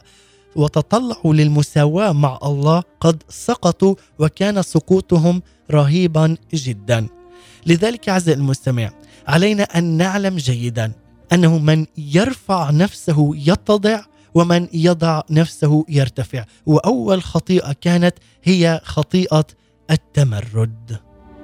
وتطلعوا للمساواة مع الله قد سقطوا، وكان سقوطهم رهيبا جدا. لذلك عزيزي المستمع، علينا أن نعلم جيدا أنه من يرفع نفسه يتضع ومن يضع نفسه يرتفع، وأول خطيئة كانت هي خطيئة التمرد.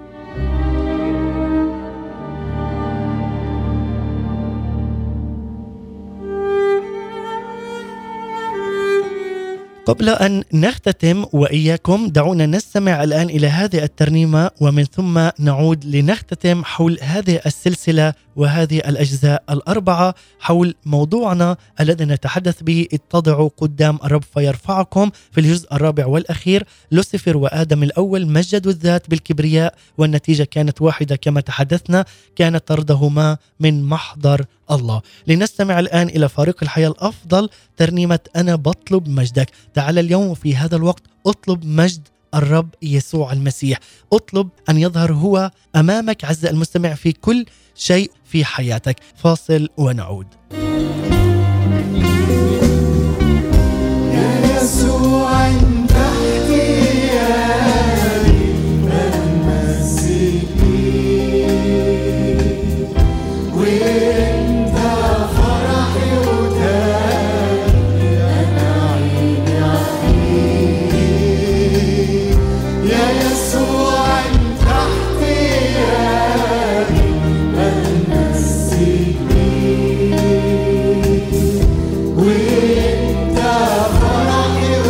قبل أن نختتم وإياكم دعونا نستمع الآن إلى هذه الترنيمة، ومن ثم نعود لنختتم حول هذه السلسلة وهذه الأجزاء الأربعة حول موضوعنا الذي نتحدث به: اتضعوا قدام الرب فيرفعكم. في الجزء الرابع والأخير لوسيفر وآدم الأول مجدوا الذات بالكبرياء، والنتيجة كانت واحدة كما تحدثنا، كانت طردهما من محضر الله. لنستمع الآن إلى فريق الحياة الأفضل ترنيمة أنا بطلب مجدك. تعال اليوم في هذا الوقت اطلب مجد الرب يسوع المسيح، اطلب أن يظهر هو أمامك عز المستمع في كل شيء في حياتك. فاصل ونعود. يا يسوع انت احتياجي بتمسكني، وانت فرحي وتاجي انا عيني عليك. يا يسوع انت احتياجي بتمسكني، وانت فرحي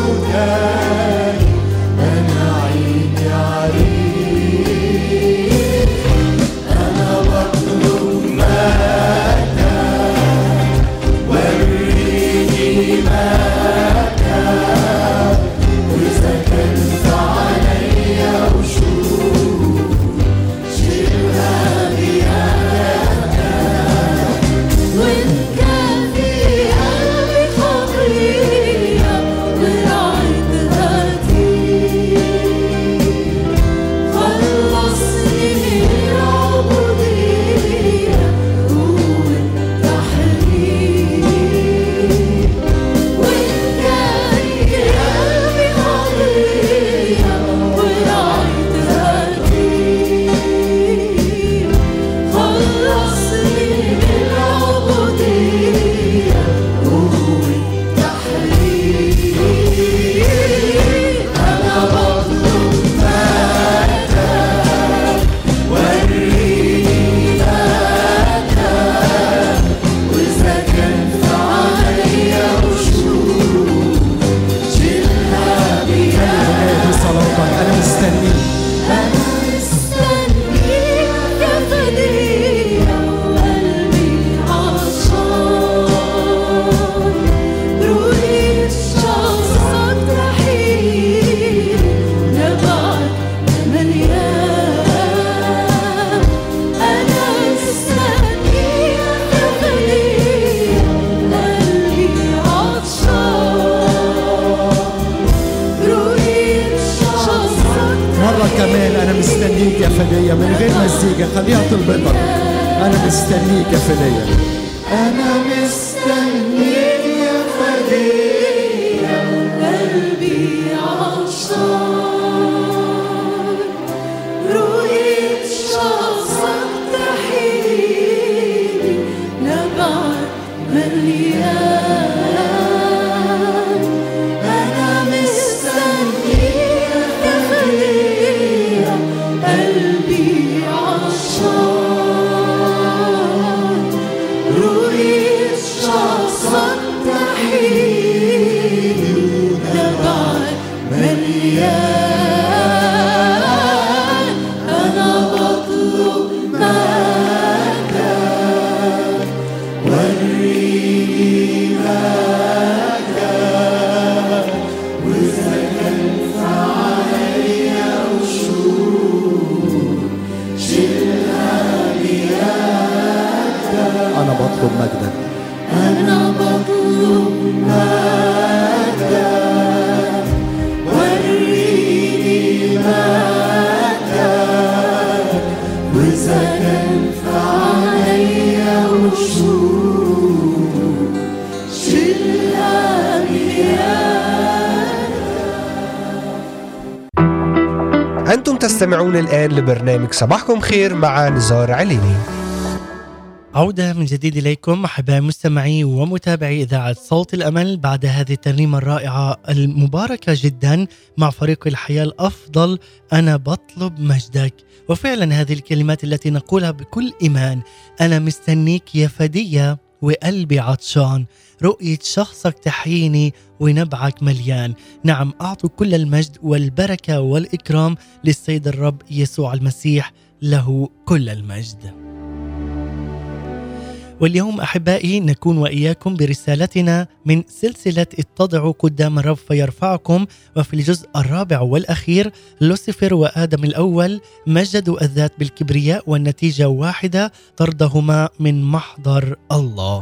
خليها طلبتك. أنا مستنيك يا فدية، أنا مستنيك يا فدية، قلبي عطشان، رؤية شخصك تحييني، نبعك مليان. أنا مستنيك يا فدية، قلبي عطشان، رؤية شخصك تحييني، ونبعك مليان. أنا بطلب مجدك، وريني مجدك، وإذا كانت عليا وشوش شيلها بيدك. أنا بطلب مجدك، أنا بطلب مجدك، وريني مجدك، وإذا كان في عليا وشوش شيلها بيدك. أنتم تستمعون الآن لبرنامج صباحكم خير مع نزار عليني. عودة من جديد إليكم أحبائي مستمعي ومتابعي إذاعة صوت الأمل بعد هذه الترنيمة الرائعة المباركة جدا مع فريق الحياة الأفضل. أنا بطلب مجدك. وفعلا هذه الكلمات التي نقولها بكل إيمان، أنا مستنيك يا فدية وقلبي عطشان، رؤية شخصك تحييني ونبعك مليان. نعم، أعطوا كل المجد والبركة والإكرام للسيد الرب يسوع المسيح، له كل المجد. واليوم أحبائي نكون وإياكم برسالتنا من سلسلة اتضعوا قدام الرب فيرفعكم، وفي الجزء الرابع والأخير لوسيفر وآدم الأول مجدوا الذات بالكبرياء، والنتيجة واحدة، طردهما من محضر الله.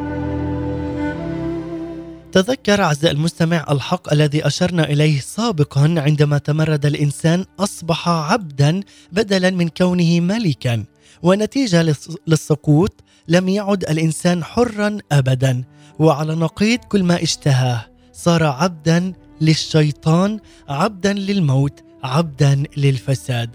تذكر أعزائي المستمع الحق الذي أشرنا إليه سابقا، عندما تمرد الإنسان أصبح عبدا بدلا من كونه ملكا، ونتيجة للسقوط لم يعد الإنسان حرا أبدا، وعلى نقيض كل ما اشتهاه صار عبدا للشيطان، عبدا للموت، عبدا للفساد.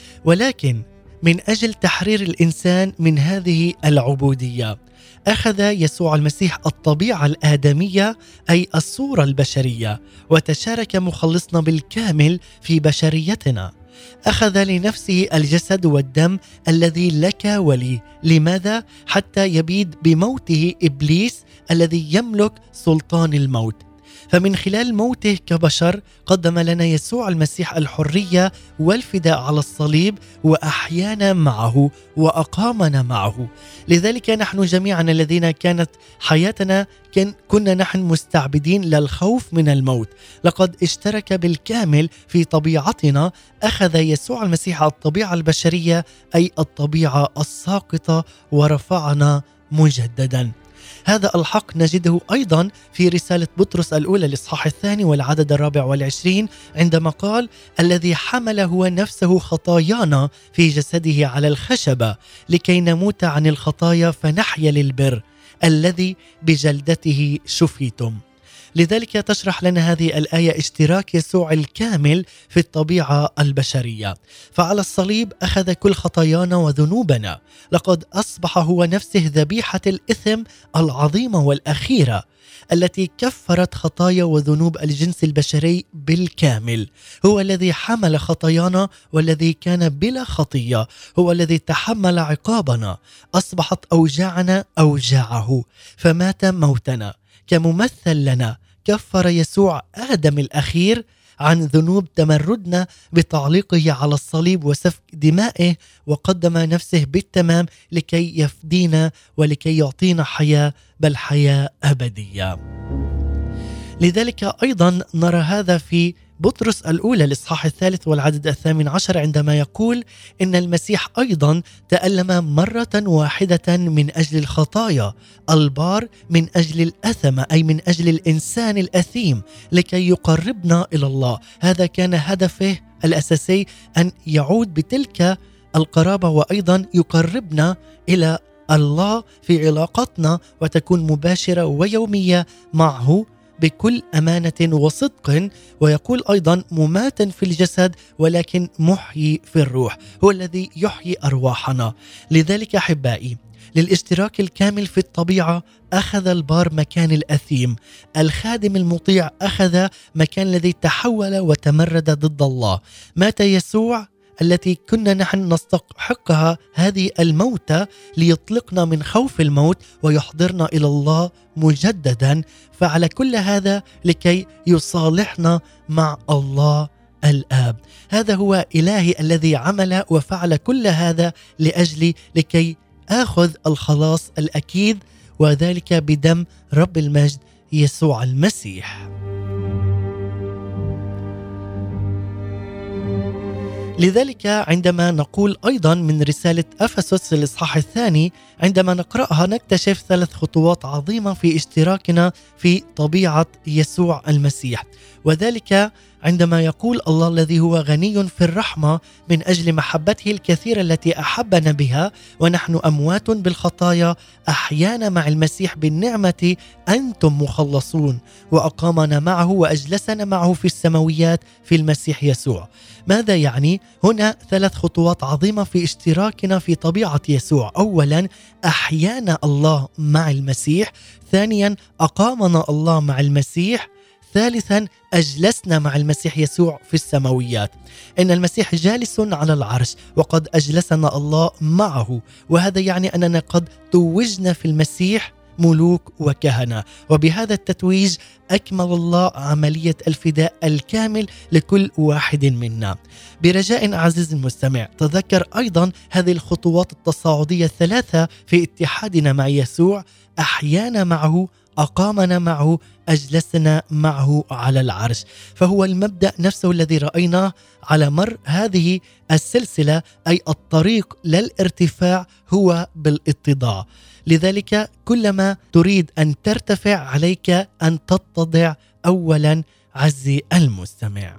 ولكن من أجل تحرير الإنسان من هذه العبودية أخذ يسوع المسيح الطبيعة الآدمية أي الصورة البشرية، وتشارك مخلصنا بالكامل في بشريتنا. أخذ لنفسه الجسد والدم الذي لك ولي. لماذا؟ حتى يبيد بموته إبليس الذي يملك سلطان الموت. فمن خلال موته كبشر قدم لنا يسوع المسيح الحرية والفداء على الصليب، وأحيانا معه وأقامنا معه. لذلك نحن جميعا الذين كانت حياتنا كن كنا نحن مستعبدين للخوف من الموت، لقد اشترك بالكامل في طبيعتنا. أخذ يسوع المسيح الطبيعة البشرية أي الطبيعة الساقطة ورفعنا مجددا. هذا الحق نجده أيضا في رسالة بطرس الأولى الإصحاح الثاني والعدد الرابع والعشرين، عندما قال: الذي حمل هو نفسه خطايانا في جسده على الخشبة لكي نموت عن الخطايا فنحيا للبر، الذي بجلدته شفيتم. لذلك تشرح لنا هذه الآية اشتراك يسوع الكامل في الطبيعة البشرية، فعلى الصليب أخذ كل خطايانا وذنوبنا، لقد أصبح هو نفسه ذبيحة الإثم العظيمة والأخيرة التي كفرت خطايا وذنوب الجنس البشري بالكامل. هو الذي حمل خطايانا والذي كان بلا خطية، هو الذي تحمل عقابنا، أصبحت أوجاعنا أوجاعه، فمات موتنا كممثل لنا. كفر يسوع آدم الأخير عن ذنوب تمردنا بتعليقه على الصليب وسفك دمائه، وقدم نفسه بالتمام لكي يفدينا ولكي يعطينا حياة، بل حياة أبدية. لذلك أيضا نرى هذا في بطرس الأولى الإصحاح الثالث والعدد الثامن عشر، عندما يقول إن المسيح أيضا تألم مرة واحدة من أجل الخطايا، البار من أجل الأثم أي من أجل الإنسان الأثيم، لكي يقربنا إلى الله. هذا كان هدفه الأساسي، أن يعود بتلك القرابة، وأيضا يقربنا إلى الله في علاقتنا وتكون مباشرة ويومية معه بكل أمانة وصدق. ويقول أيضا مماتا في الجسد ولكن محيي في الروح، هو الذي يحيي أرواحنا. لذلك أحبائي، للاشتراك الكامل في الطبيعة أخذ البار مكان الأثيم، الخادم المطيع أخذ مكان الذي تحول وتمرد ضد الله. مات يسوع التي كنا نحن نستحقها هذه الموتة ليطلقنا من خوف الموت ويحضرنا إلى الله مجددا. فعلى كل هذا لكي يصالحنا مع الله الآب. هذا هو إلهي الذي عمل وفعل كل هذا لأجلي لكي آخذ الخلاص الأكيد، وذلك بدم رب المجد يسوع المسيح. لذلك عندما نقول أيضا من رسالة أفسس الإصحاح الثاني، عندما نقرأها نكتشف ثلاث خطوات عظيمة في اشتراكنا في طبيعة يسوع المسيح. وذلك عندما يقول الله الذي هو غني في الرحمة من أجل محبته الكثيرة التي أحبنا بها ونحن أموات بالخطايا أحيانا مع المسيح بالنعمة أنتم مخلصون، وأقامنا معه وأجلسنا معه في السماويات في المسيح يسوع. ماذا يعني؟ هنا ثلاث خطوات عظيمة في اشتراكنا في طبيعة يسوع. أولا، أحيانا الله مع المسيح. ثانيا، أقامنا الله مع المسيح. ثالثا، أجلسنا مع المسيح يسوع في السماويات. إن المسيح جالس على العرش وقد أجلسنا الله معه، وهذا يعني أننا قد توجنا في المسيح ملوك وكهنة. وبهذا التتويج أكمل الله عملية الفداء الكامل لكل واحد منا. برجاء عزيز المستمع، تذكر أيضا هذه الخطوات التصاعدية الثلاثة في اتحادنا مع يسوع: أحيانا معه، أقامنا معه، أجلسنا معه على العرش. فهو المبدأ نفسه الذي رأيناه على مر هذه السلسلة، أي الطريق للارتفاع هو بالاتضاع. لذلك كلما تريد أن ترتفع عليك أن تتضع أولا عزي المستمع.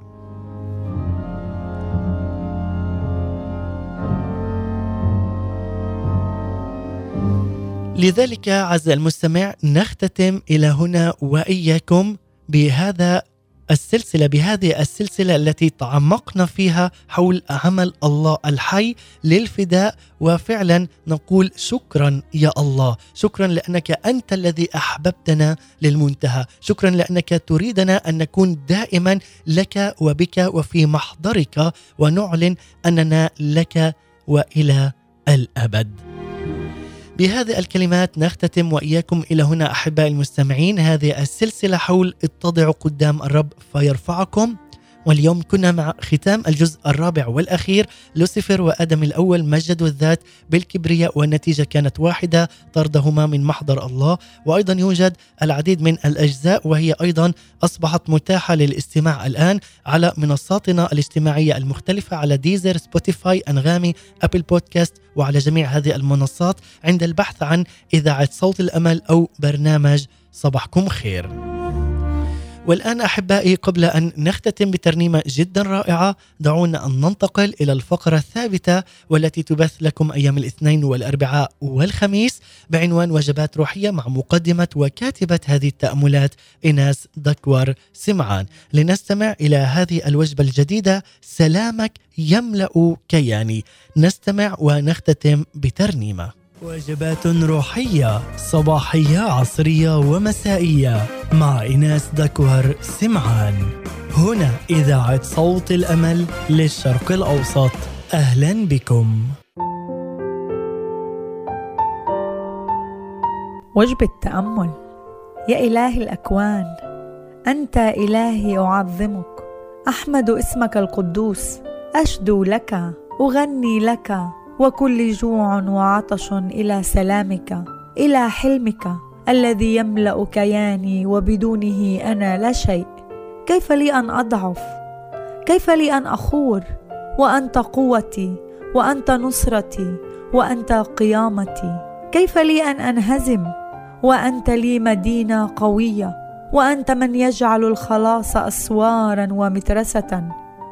لذلك عزيزي المستمع نختتم إلى هنا وإياكم بهذا السلسلة بهذه السلسلة التي تعمقنا فيها حول عمل الله الحي للفداء. وفعلا نقول شكرا يا الله، شكرا لأنك أنت الذي أحببتنا للمنتهى، شكرا لأنك تريدنا أن نكون دائما لك وبك وفي محضرك، ونعلن أننا لك وإلى الأبد. بهذه الكلمات نختتم وإياكم إلى هنا أحباء المستمعين هذه السلسلة حول اتضعوا قدام الرب فيرفعكم. واليوم كنا مع ختام الجزء الرابع والأخير، لوسيفر وآدم الأول مجدوا الذات بالكبرياء، والنتيجة كانت واحدة، طردهما من محضر الله. وأيضا يوجد العديد من الأجزاء وهي أيضا أصبحت متاحة للاستماع الآن على منصاتنا الاجتماعية المختلفة، على ديزر، سبوتيفاي، أنغامي، أبل بودكاست، وعلى جميع هذه المنصات عند البحث عن إذاعة صوت الأمل أو برنامج صباحكم خير. والآن أحبائي، قبل أن نختتم بترنيمة جدا رائعة، دعونا أن ننتقل إلى الفقرة الثابتة والتي تبث لكم أيام الاثنين والأربعاء والخميس بعنوان وجبات روحية، مع مقدمة وكاتبة هذه التأملات إيناس دكور سمعان. لنستمع إلى هذه الوجبة الجديدة، سلامك يملأ كياني. نستمع ونختتم بترنيمة. وجبات روحية صباحية عصرية ومسائية مع إيناس دكور سمعان، هنا إذاعة صوت الأمل للشرق الأوسط. أهلا بكم. وجبة تأمل. يا إله الأكوان، أنت إلهي أعظمك، أحمد اسمك القدوس، أشدو لك، أغني لك، وكل جوع وعطش إلى سلامك، إلى حلمك الذي يملأ كياني وبدونه أنا لا شيء. كيف لي أن أضعف؟ كيف لي أن أخور؟ وأنت قوتي، وأنت نصرتي، وأنت قيامتي. كيف لي أن أنهزم وأنت لي مدينة قوية، وأنت من يجعل الخلاص أسوارا ومترسة.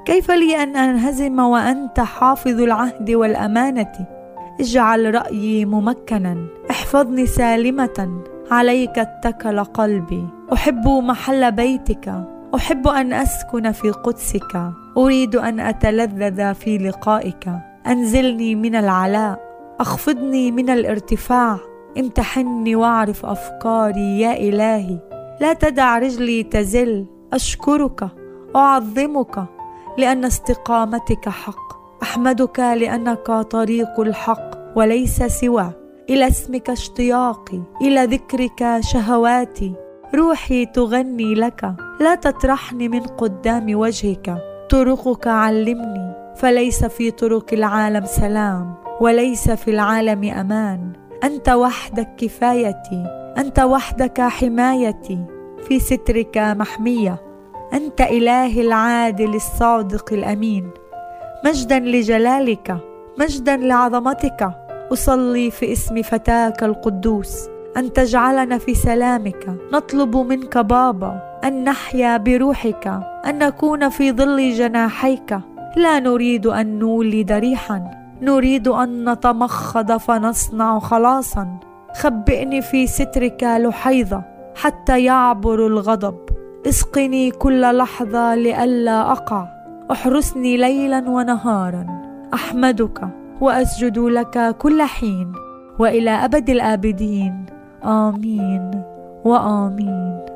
كيف لي أن أنهزم وأنت حافظ العهد والأمانة؟ اجعل رأيي ممكنا، احفظني سالمة، عليك اتكل قلبي. أحب محل بيتك، أحب أن أسكن في قدسك، أريد أن أتلذذ في لقائك. أنزلني من العلاء، أخفضني من الارتفاع، امتحني واعرف أفكاري يا إلهي. لا تدع رجلي تزل. أشكرك، أعظمك، لأن استقامتك حق. أحمدك لأنك طريق الحق وليس سوى. إلى اسمك اشتياقي، إلى ذكرك شهواتي. روحي تغني لك، لا تطرحني من قدام وجهك. طرقك علمني، فليس في طرق العالم سلام، وليس في العالم أمان. أنت وحدك كفايتي، أنت وحدك حمايتي، في سترك محمية. أنت إله العادل الصادق الأمين. مجدا لجلالك، مجدا لعظمتك. أصلي في اسم فتاك القدوس أن تجعلنا في سلامك. نطلب منك بابا أن نحيا بروحك، أن نكون في ظل جناحيك. لا نريد أن نولد ريحا، نريد أن نتمخض فنصنع خلاصا. خبئني في سترك لحيظة حتى يعبر الغضب. اسقني كل لحظة لئلا أقع. احرسني ليلا ونهارا. أحمدك وأسجد لك كل حين وإلى أبد الآبدين. آمين وآمين.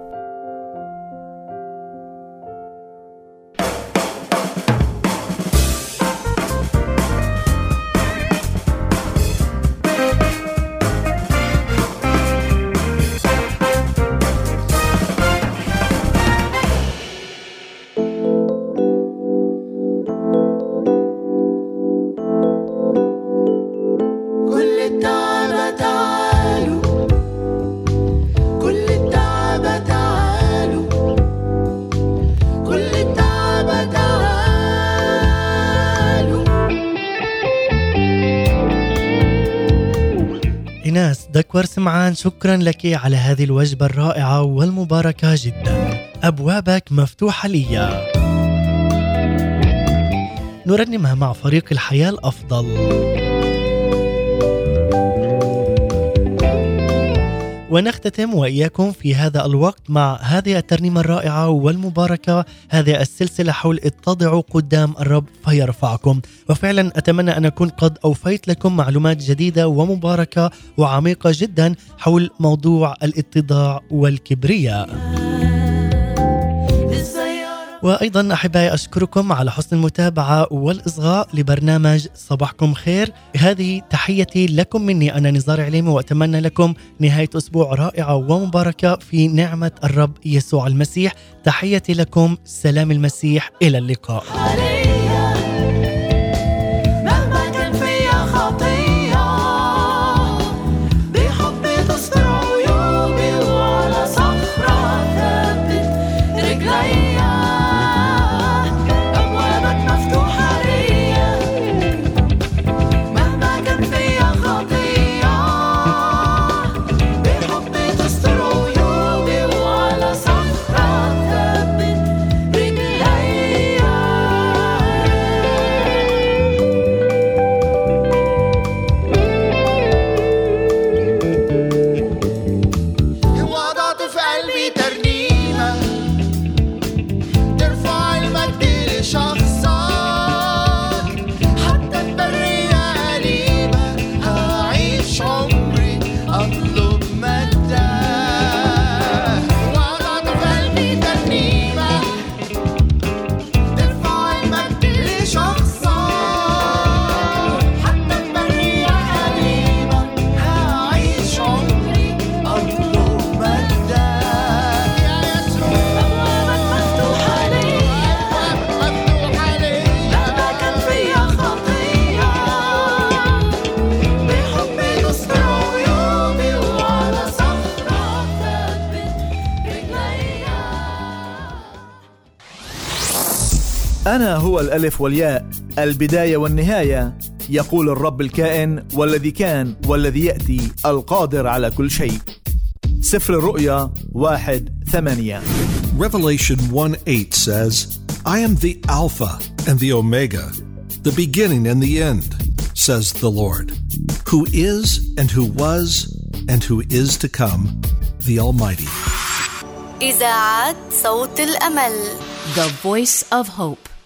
إيناس دكور سمعان، شكرا لك على هذه الوجبة الرائعة والمباركة جدا. أبوابك مفتوحة لي، نرنمها مع فريق الحياة الأفضل. ونختتم وإياكم في هذا الوقت مع هذه الترنيمة الرائعة والمباركة، هذه السلسلة حول اتضعوا قدام الرب فيرفعكم. وفعلا أتمنى أن أكون قد أوفيت لكم معلومات جديدة ومباركة وعميقة جدا حول موضوع الاتضاع والكبرياء. وأيضا أحبائي أشكركم على حسن المتابعة والإصغاء لبرنامج صباحكم خير. هذه تحيتي لكم مني أنا نزار عليمي، وأتمنى لكم نهاية أسبوع رائعة ومباركة في نعمة الرب يسوع المسيح. تحيتي لكم، سلام المسيح، إلى اللقاء. أنا هو الألف والياء، البداية والنهاية، يقول الرب الكائن والذي كان والذي يأتي، القادر على كل شيء. سفر الرؤيا واحد ثمانية. Revelation one eight says, I am the Alpha and the Omega, the beginning and the end, says the Lord, who is and who was and who is to come, the Almighty. إذاعة صوت الأمل. The Voice of Hope.